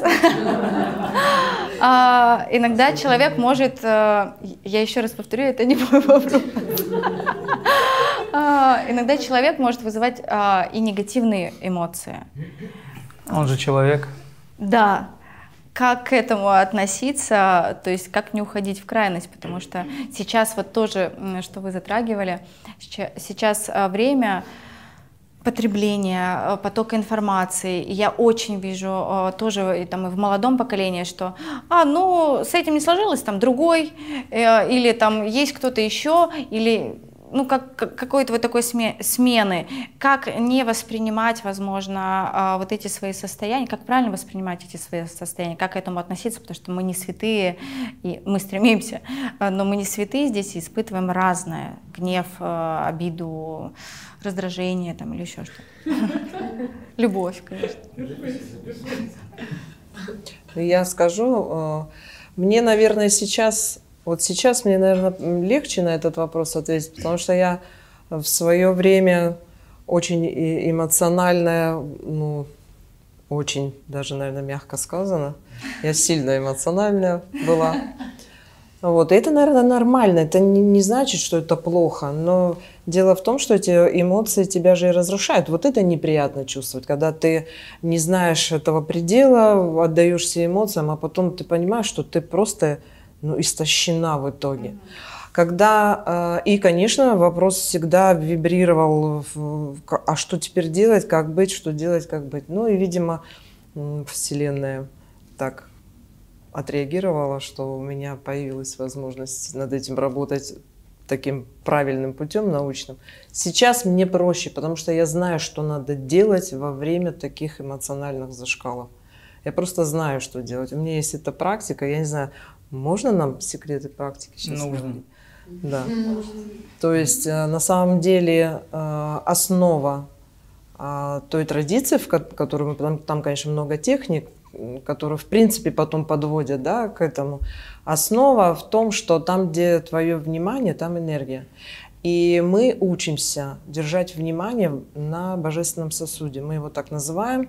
Иногда человек может, я еще раз повторю, это не мой вопрос. Иногда человек может вызывать и негативные эмоции. Он же человек. Да. Как к этому относиться, то есть как не уходить в крайность, потому что сейчас вот тоже, что вы затрагивали, сейчас время потребления, потока информации. И я очень вижу тоже и, там, и в молодом поколении, что ну с этим не сложилось, там другой, или там есть кто-то еще, или ну, какой-то вот такой смены. Как не воспринимать, возможно, вот эти свои состояния, как правильно воспринимать эти свои состояния, как к этому относиться, потому что мы не святые, и мы стремимся, но мы не святые здесь и испытываем разное. Гнев, обиду, раздражение там, или еще что-то. Любовь, конечно. Я скажу, мне, наверное, сейчас мне, наверное, легче на этот вопрос ответить, потому что я в свое время очень эмоциональная, ну, очень, даже, наверное, мягко сказано, я сильно эмоциональная была. Вот. И это, наверное, нормально, это не значит, что это плохо, но дело в том, что эти эмоции тебя же и разрушают. Вот это неприятно чувствовать, когда ты не знаешь этого предела, отдаешься эмоциям, а потом ты понимаешь, что ты просто истощена в итоге. Когда, и, конечно, вопрос всегда вибрировал, а что теперь делать, как быть, что делать, как быть. Ну и, видимо, Вселенная так отреагировала, что у меня появилась возможность над этим работать таким правильным путем научным. Сейчас мне проще, потому что я знаю, что надо делать во время таких эмоциональных зашкалов. Я просто знаю, что делать. У меня есть эта практика, я не знаю, можно нам секреты практики сейчас? Нужно. Да. То есть на самом деле основа той традиции, в которой мы, там, конечно, много техник, которые, в принципе, потом подводят, да, к этому. Основа в том, что там, где твое внимание, там энергия. И мы учимся держать внимание на божественном сосуде. Мы его так называем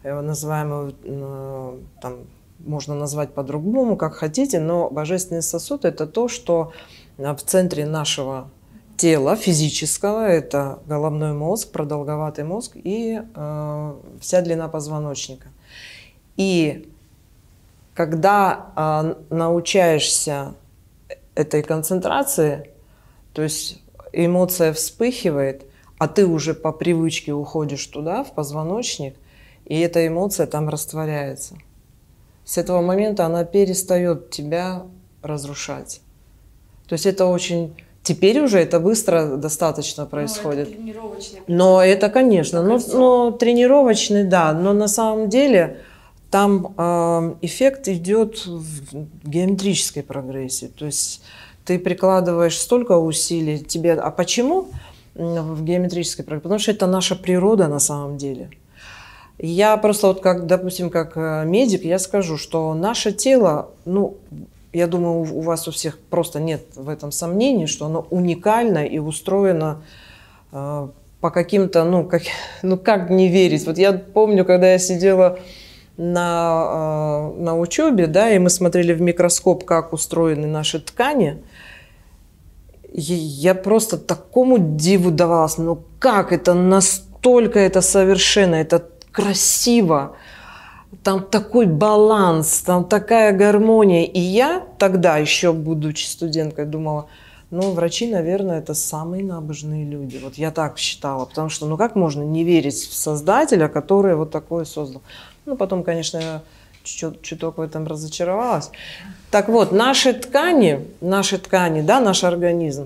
его, там, можно назвать по-другому, как хотите, но божественный сосуд – это то, что в центре нашего тела физического, это головной мозг, продолговатый мозг и вся длина позвоночника. И когда научаешься этой концентрации, то есть эмоция вспыхивает, а ты уже по привычке уходишь туда, в позвоночник, и эта эмоция там растворяется. С этого момента она перестает тебя разрушать. То есть это очень... Теперь уже это быстро достаточно происходит. Это тренировочный. Но это, конечно, но тренировочный, да. Но на самом деле там эффект идет в геометрической прогрессии. То есть ты прикладываешь столько усилий тебе. А почему в геометрической прогрессии? Потому что это наша природа на самом деле. Я просто вот как, допустим, как медик, я скажу, что наше тело, ну, я думаю, у вас у всех просто нет в этом сомнений, что оно уникально и устроено по каким-то, как не верить. Вот я помню, когда я сидела на учебе, да, и мы смотрели в микроскоп, как устроены наши ткани, я просто такому диву давалась, ну как это настолько это совершенно, это красиво. Там такой баланс, там такая гармония. И я тогда, еще будучи студенткой, думала, ну, врачи, наверное, это самые набожные люди. Вот я так считала, потому что, ну, как можно не верить в Создателя, который вот такое создал? Ну, потом, конечно, я чуток в этом разочаровалась. Так вот, наши ткани, да, наш организм,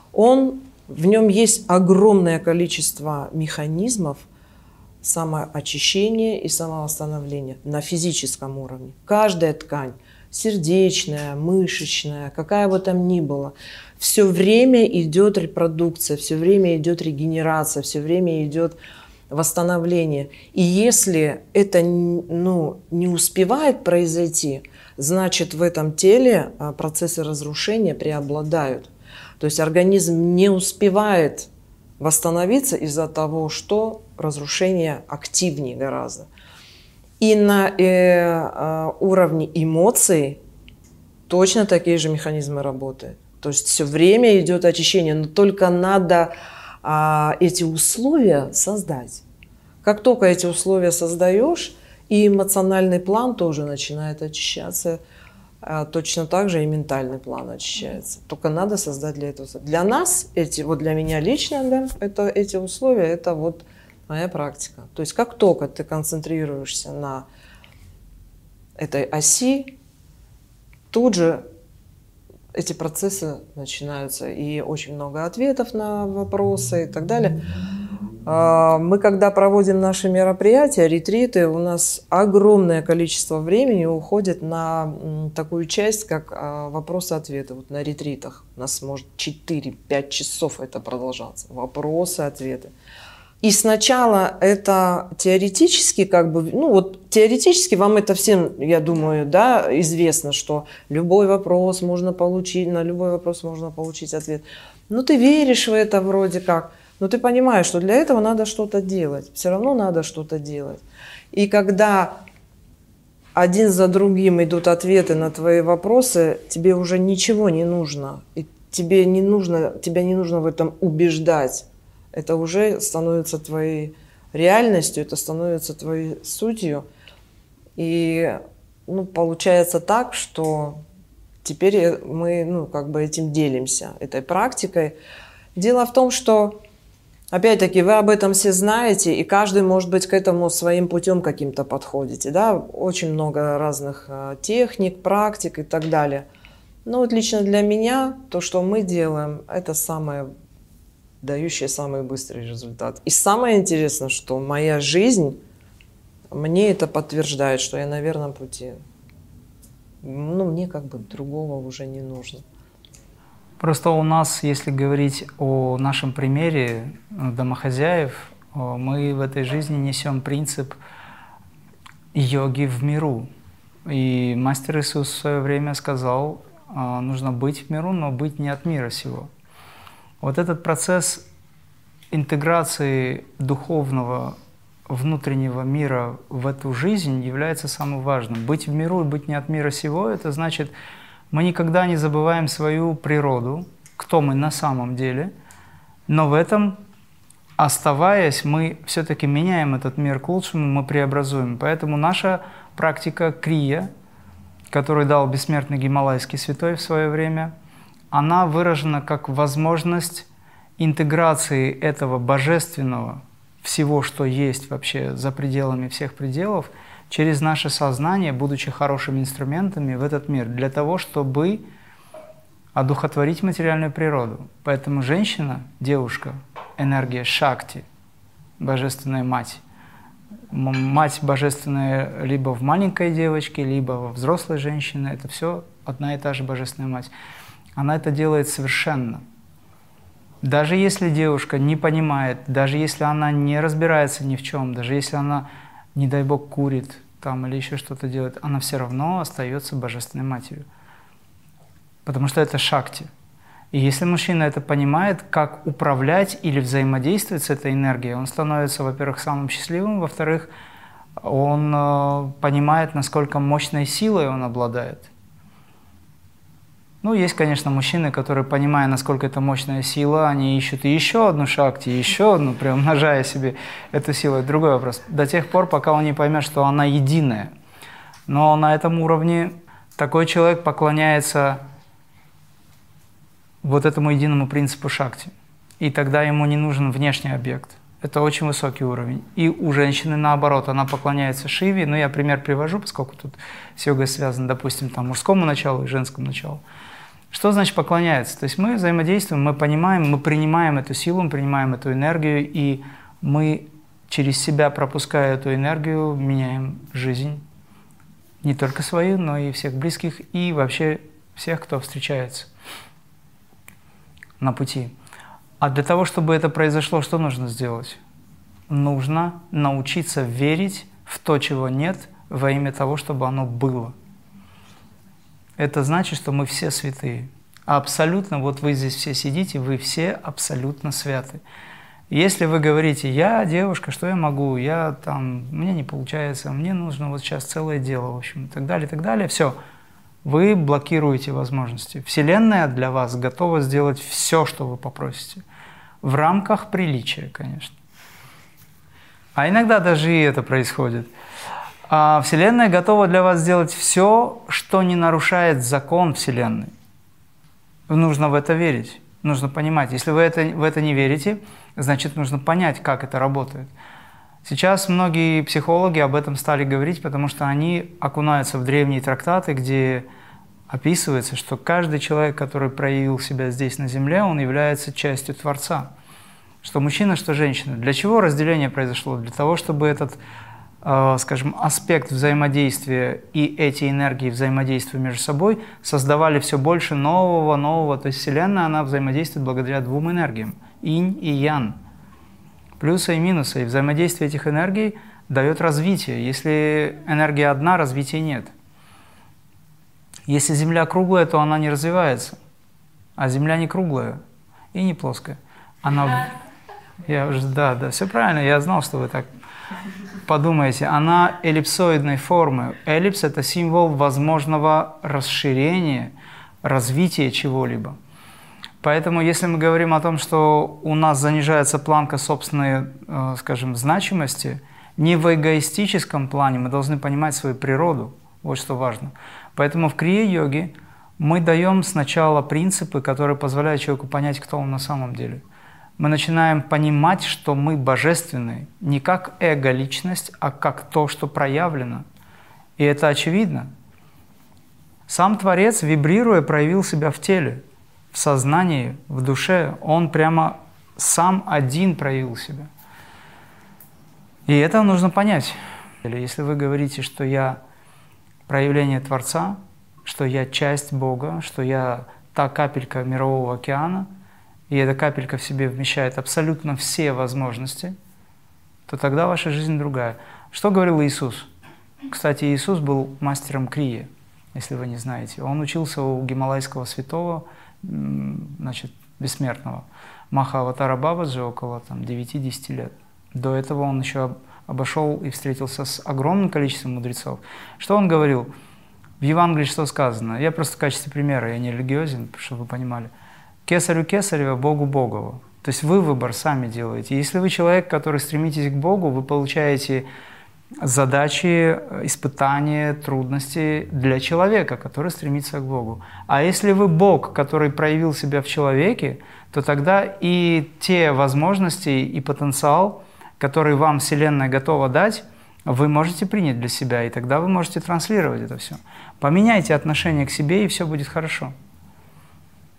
в нем есть огромное количество механизмов, самоочищение и самовосстановление на физическом уровне. Каждая ткань, сердечная, мышечная, какая бы там ни была, все время идет репродукция, все время идет регенерация, все время идет восстановление. И если это не успевает произойти, значит в этом теле процессы разрушения преобладают. То есть организм не успевает восстановиться из-за того, что разрушение активнее гораздо. И на уровне эмоций точно такие же механизмы работают. То есть все время идет очищение, но только надо эти условия создать. Как только эти условия создаешь, и эмоциональный план тоже начинает очищаться, точно так же и ментальный план очищается. Только надо создать для этого. Для нас, для меня лично, да, эти условия, это вот моя практика. То есть как только ты концентрируешься на этой оси, тут же эти процессы начинаются. И очень много ответов на вопросы и так далее. Мы, когда проводим наши мероприятия, ретриты, у нас огромное количество времени уходит на такую часть, как вопросы-ответы. Вот на ретритах у нас может 4-5 часов это продолжаться. Вопросы-ответы. И сначала это теоретически, теоретически вам это всем, я думаю, да, известно, что любой вопрос можно получить, на любой вопрос можно получить ответ. Но ты веришь в это вроде как. Но ты понимаешь, что для этого надо что-то делать. Все равно надо что-то делать. И когда один за другим идут ответы на твои вопросы, тебе уже ничего не нужно. И тебя не нужно в этом убеждать. Это уже становится твоей реальностью, это становится твоей сутью. И получается так, что теперь мы этим делимся, этой практикой. Дело в том, что опять-таки, вы об этом все знаете, и каждый, может быть, к этому своим путем каким-то подходите. Да? Очень много разных техник, практик и так далее. Но вот лично для меня то, что мы делаем, это самое дающее самый быстрый результат. И самое интересное, что моя жизнь мне это подтверждает, что я на верном пути. Мне другого уже не нужно. Просто у нас, если говорить о нашем примере домохозяев, мы в этой жизни несем принцип йоги в миру. И Мастер Иисус в свое время сказал, нужно быть в миру, но быть не от мира сего. Вот этот процесс интеграции духовного внутреннего мира в эту жизнь является самым важным. Быть в миру и быть не от мира сего – это значит, мы никогда не забываем свою природу, кто мы на самом деле, но в этом, оставаясь, мы все-таки меняем этот мир к лучшему, мы преобразуем. Поэтому наша практика крия, которую дал бессмертный гималайский святой в свое время, она выражена как возможность интеграции этого божественного, всего, что есть вообще за пределами всех пределов, через наше сознание, будучи хорошими инструментами в этот мир, для того, чтобы одухотворить материальную природу. Поэтому женщина, девушка, энергия Шакти, Божественная Мать. Мать Божественная либо в маленькой девочке, либо во взрослой женщине. Это все одна и та же Божественная Мать. Она это делает совершенно. Даже если девушка не понимает, даже если она не разбирается ни в чем, даже если она, не дай Бог, курит там, или еще что-то делает, она все равно остается Божественной Матерью. Потому что это Шакти. И если мужчина это понимает, как управлять или взаимодействовать с этой энергией, он становится, во-первых, самым счастливым, во-вторых, он понимает, насколько мощной силой он обладает. Ну, есть, конечно, мужчины, которые, понимая, насколько это мощная сила, они ищут и еще одну Шакти, и еще одну, приумножая себе эту силу. Это другой вопрос. До тех пор, пока он не поймет, что она единая. Но на этом уровне такой человек поклоняется вот этому единому принципу Шакти. И тогда ему не нужен внешний объект. Это очень высокий уровень. И у женщины наоборот, она поклоняется Шиве. Но я пример привожу, поскольку тут с йогой связано, допустим, там, мужскому началу и женскому началу. Что значит поклоняется? То есть мы взаимодействуем, мы понимаем, мы принимаем эту силу, мы принимаем эту энергию, и мы через себя, пропуская эту энергию, меняем жизнь. Не только свою, но и всех близких, и вообще всех, кто встречается на пути. А для того, чтобы это произошло, что нужно сделать? Нужно научиться верить в то, чего нет, во имя того, чтобы оно было. Это значит, что мы все святые. Абсолютно, вот вы здесь все сидите, вы все абсолютно святы. Если вы говорите, я девушка, что я могу, я там, мне не получается, мне нужно вот сейчас целое дело, в общем, и так далее, все. Вы блокируете возможности. Вселенная для вас готова сделать все, что вы попросите. В рамках приличия, конечно. А иногда даже и это происходит. А Вселенная готова для вас сделать все, что не нарушает закон Вселенной. Нужно в это верить, нужно понимать. Если вы в это не верите, значит, нужно понять, как это работает. Сейчас многие психологи об этом стали говорить, потому что они окунаются в древние трактаты, где описывается, что каждый человек, который проявил себя здесь на Земле, он является частью Творца. Что мужчина, что женщина. Для чего разделение произошло? Для того, чтобы этот, скажем, аспект взаимодействия и эти энергии взаимодействия между собой создавали все больше нового. То есть Вселенная, она взаимодействует благодаря двум энергиям – инь и ян. Плюсы и минусы. И взаимодействие этих энергий дает развитие. Если энергия одна, развития нет. Если Земля круглая, то она не развивается. А Земля не круглая и не плоская. Она… Да, все правильно, я знал, что вы так подумаете. Она эллипсоидной формы. Эллипс – это символ возможного расширения, развития чего-либо. Поэтому, если мы говорим о том, что у нас занижается планка собственной, скажем, значимости, не в эгоистическом плане, мы должны понимать свою природу. Вот что важно. Поэтому в крия-йоге мы даем сначала принципы, которые позволяют человеку понять, кто он на самом деле. Мы начинаем понимать, что мы божественные, не как эго-личность, а как то, что проявлено. И это очевидно. Сам Творец, вибрируя, проявил себя в теле, в сознании, в душе. Он прямо сам один проявил себя. И это нужно понять. Если вы говорите, что я проявление Творца, что я часть Бога, что я та капелька мирового океана, и эта капелька в себе вмещает абсолютно все возможности, то тогда ваша жизнь другая. Что говорил Иисус? Кстати, Иисус был мастером крии, если вы не знаете. Он учился у гималайского святого, значит, бессмертного, Маха-аватара Бабаджи, около 9-10 лет. До этого он еще обошел и встретился с огромным количеством мудрецов. Что он говорил? В Евангелии что сказано? Я просто в качестве примера, я не религиозен, чтобы вы понимали. Кесарю кесарева, Богу Богово. То есть вы выбор сами делаете. Если вы человек, который стремитесь к Богу, вы получаете задачи, испытания, трудности для человека, который стремится к Богу. А если вы Бог, который проявил себя в человеке, то тогда и те возможности и потенциал, который вам Вселенная готова дать, вы можете принять для себя, и тогда вы можете транслировать это все. Поменяйте отношение к себе, и все будет хорошо.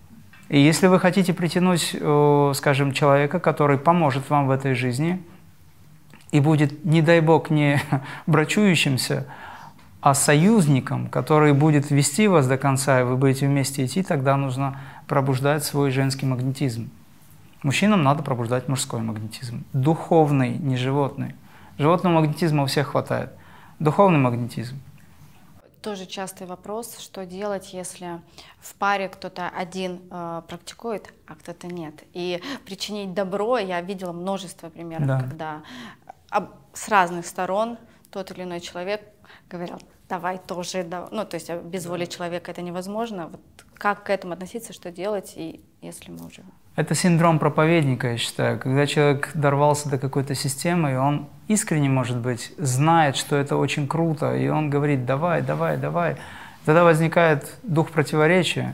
И если вы хотите притянуть, скажем, человека, который поможет вам в этой жизни и будет, не дай Бог, не брачующимся, а союзником, который будет вести вас до конца, и вы будете вместе идти, тогда нужно пробуждать свой женский магнетизм. Мужчинам надо пробуждать мужской магнетизм. Духовный, не животный. Животного магнетизма у всех хватает. Духовный магнетизм. Тоже частый вопрос, что делать, если в паре кто-то один практикует, а кто-то нет. И причинить добро, я видела множество примеров, Да. когда с разных сторон тот или иной человек говорил: давай тоже, ну то есть без воли человека это невозможно. Вот как к этому относиться, что делать, и если мы уже... Это синдром проповедника, я считаю. Когда человек дорвался до какой-то системы, и он искренне, может быть, знает, что это очень круто, и он говорит: давай, давай, давай. Тогда возникает дух противоречия.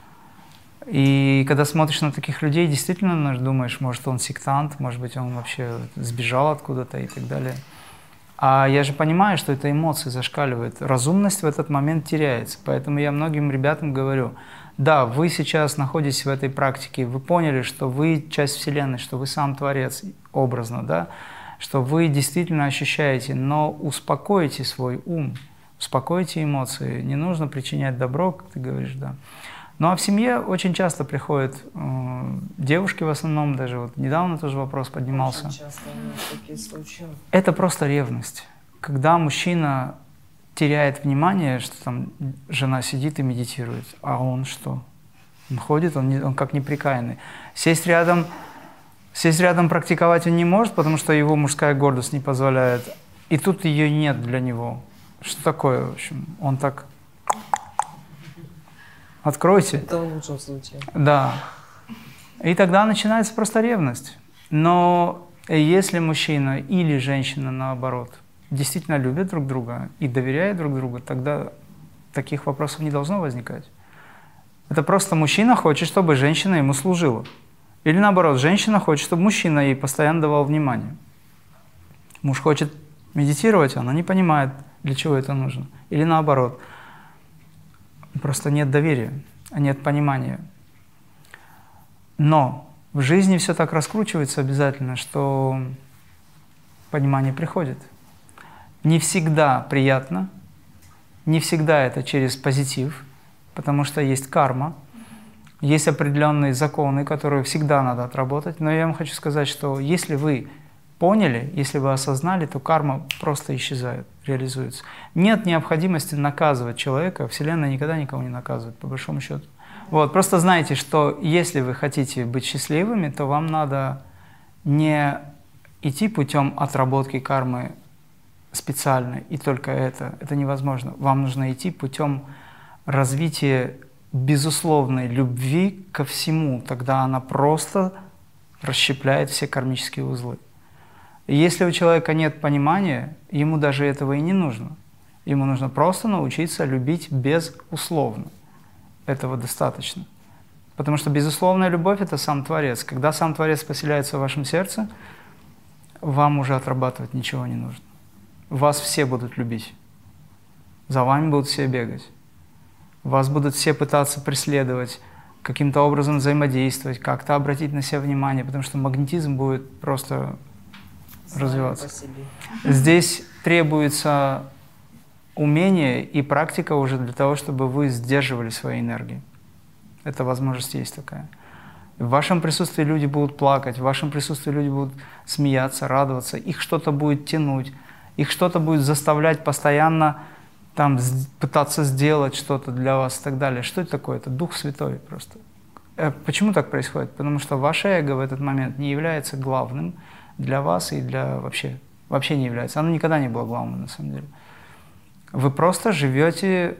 И когда смотришь на таких людей, действительно думаешь, может, он сектант, может быть, он вообще сбежал откуда-то и так далее. А я же понимаю, что это эмоции зашкаливают. Разумность в этот момент теряется. Поэтому я многим ребятам говорю: да, вы сейчас находитесь в этой практике, вы поняли, что вы часть Вселенной, что вы сам Творец, образно, да, что вы действительно ощущаете, но успокойте свой ум, успокойте эмоции. Не нужно причинять добро, как ты говоришь, да. Ну а в семье очень часто приходят девушки, в основном, даже вот недавно тоже вопрос поднимался. Очень часто такие случаи. Это просто ревность. Когда мужчина теряет внимание, что там жена сидит и медитирует, а он что? Он ходит, он как неприкаянный. Сесть рядом практиковать он не может, потому что его мужская гордость не позволяет. И тут ее нет для него. Что такое, в общем? Он так... Откройте. Это в лучшем случае. Да. И тогда начинается просто ревность. Но если мужчина или женщина, наоборот, действительно любят друг друга и доверяют друг другу, тогда таких вопросов не должно возникать. Это просто мужчина хочет, чтобы женщина ему служила. Или наоборот, женщина хочет, чтобы мужчина ей постоянно давал внимание. Муж хочет медитировать, она не понимает, для чего это нужно. Или наоборот. Просто нет доверия, нет понимания. Но в жизни все так раскручивается обязательно, что понимание приходит. Не всегда приятно, не всегда это через позитив, потому что есть карма, есть определенные законы, которые всегда надо отработать. Но я вам хочу сказать, что если вы поняли, если вы осознали, то карма просто исчезает, реализуется. Нет необходимости наказывать человека, Вселенная никогда никого не наказывает, по большому счету. Вот, просто знайте, что если вы хотите быть счастливыми, то вам надо не идти путем отработки кармы специально, и только это невозможно. Вам нужно идти путем развития безусловной любви ко всему, тогда она просто расщепляет все кармические узлы. И если у человека нет понимания, ему даже этого и не нужно. Ему нужно просто научиться любить безусловно. Этого достаточно. Потому что безусловная любовь – это сам Творец. Когда сам Творец поселяется в вашем сердце, вам уже отрабатывать ничего не нужно. Вас все будут любить. За вами будут все бегать. Вас будут все пытаться преследовать, каким-то образом взаимодействовать, как-то обратить на себя внимание, потому что магнетизм будет просто развиваться. Здесь требуется умение и практика уже для того, чтобы вы сдерживали свои энергии. Эта возможность есть такая. В вашем присутствии люди будут плакать, в вашем присутствии люди будут смеяться, радоваться, их что-то будет тянуть, их что-то будет заставлять постоянно там, пытаться сделать что-то для вас и так далее. Что это такое? Это Дух Святой просто. Почему так происходит? Потому что ваше эго в этот момент не является главным для вас и для вообще не является. Оно никогда не было главным на самом деле. Вы просто живете,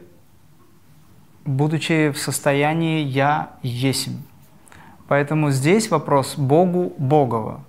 будучи в состоянии «я есмь». Поэтому здесь вопрос Богу Богово.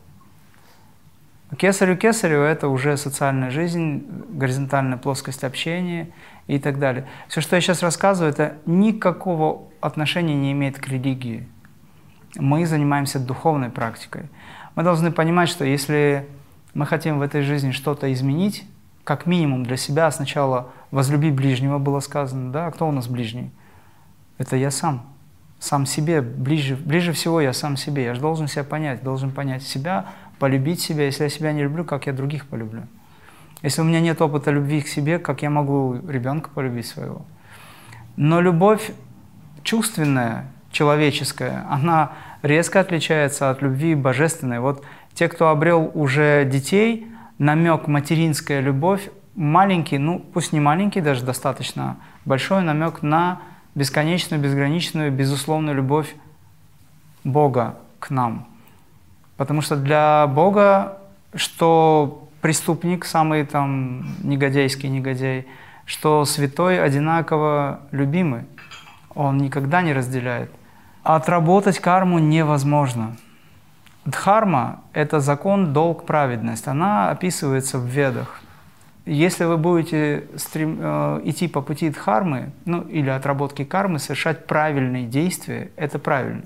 Кесарю это уже социальная жизнь, горизонтальная плоскость общения и так далее. Все, что я сейчас рассказываю, это никакого отношения не имеет к религии. Мы занимаемся духовной практикой. Мы должны понимать, что если мы хотим в этой жизни что-то изменить, как минимум для себя, сначала возлюби ближнего было сказано, да? А кто у нас ближний? Это я сам. сам себе, ближе всего я сам себе. Я же должен себя понять, должен понять себя, полюбить себя. Если я себя не люблю, как я других полюблю? Если у меня нет опыта любви к себе, как я могу ребенка полюбить своего? Но любовь чувственная, человеческая, она резко отличается от любви божественной. Вот те, кто обрел уже детей, намек материнская любовь, маленький, ну пусть не маленький, даже достаточно большой намек на бесконечную, безграничную, безусловную любовь Бога к нам. Потому что для Бога, что преступник, самый там негодяйский негодяй, что святой одинаково любимый. Он никогда не разделяет. Отработать карму невозможно. Дхарма – это закон, долг, праведность. Она описывается в Ведах. Если вы будете идти по пути дхармы, ну или отработки кармы, совершать правильные действия, это правильно.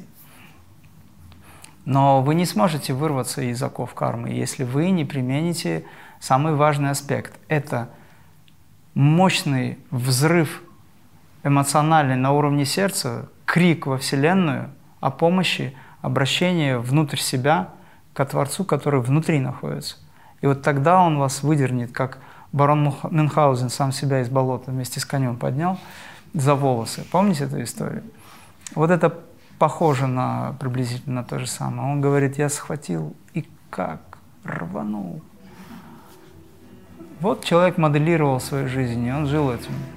Но вы не сможете вырваться из оков кармы, если вы не примените самый важный аспект. Это мощный взрыв эмоциональный на уровне сердца, крик во Вселенную о помощи, обращение внутрь себя к Творцу, который внутри находится. И вот тогда он вас выдернет, как барон Мюнхгаузен сам себя из болота вместе с конем поднял за волосы. Помните эту историю? Вот это похоже на приблизительно то же самое. Он говорит, я схватил и как рванул. Вот человек моделировал свою жизнь, и он жил этим.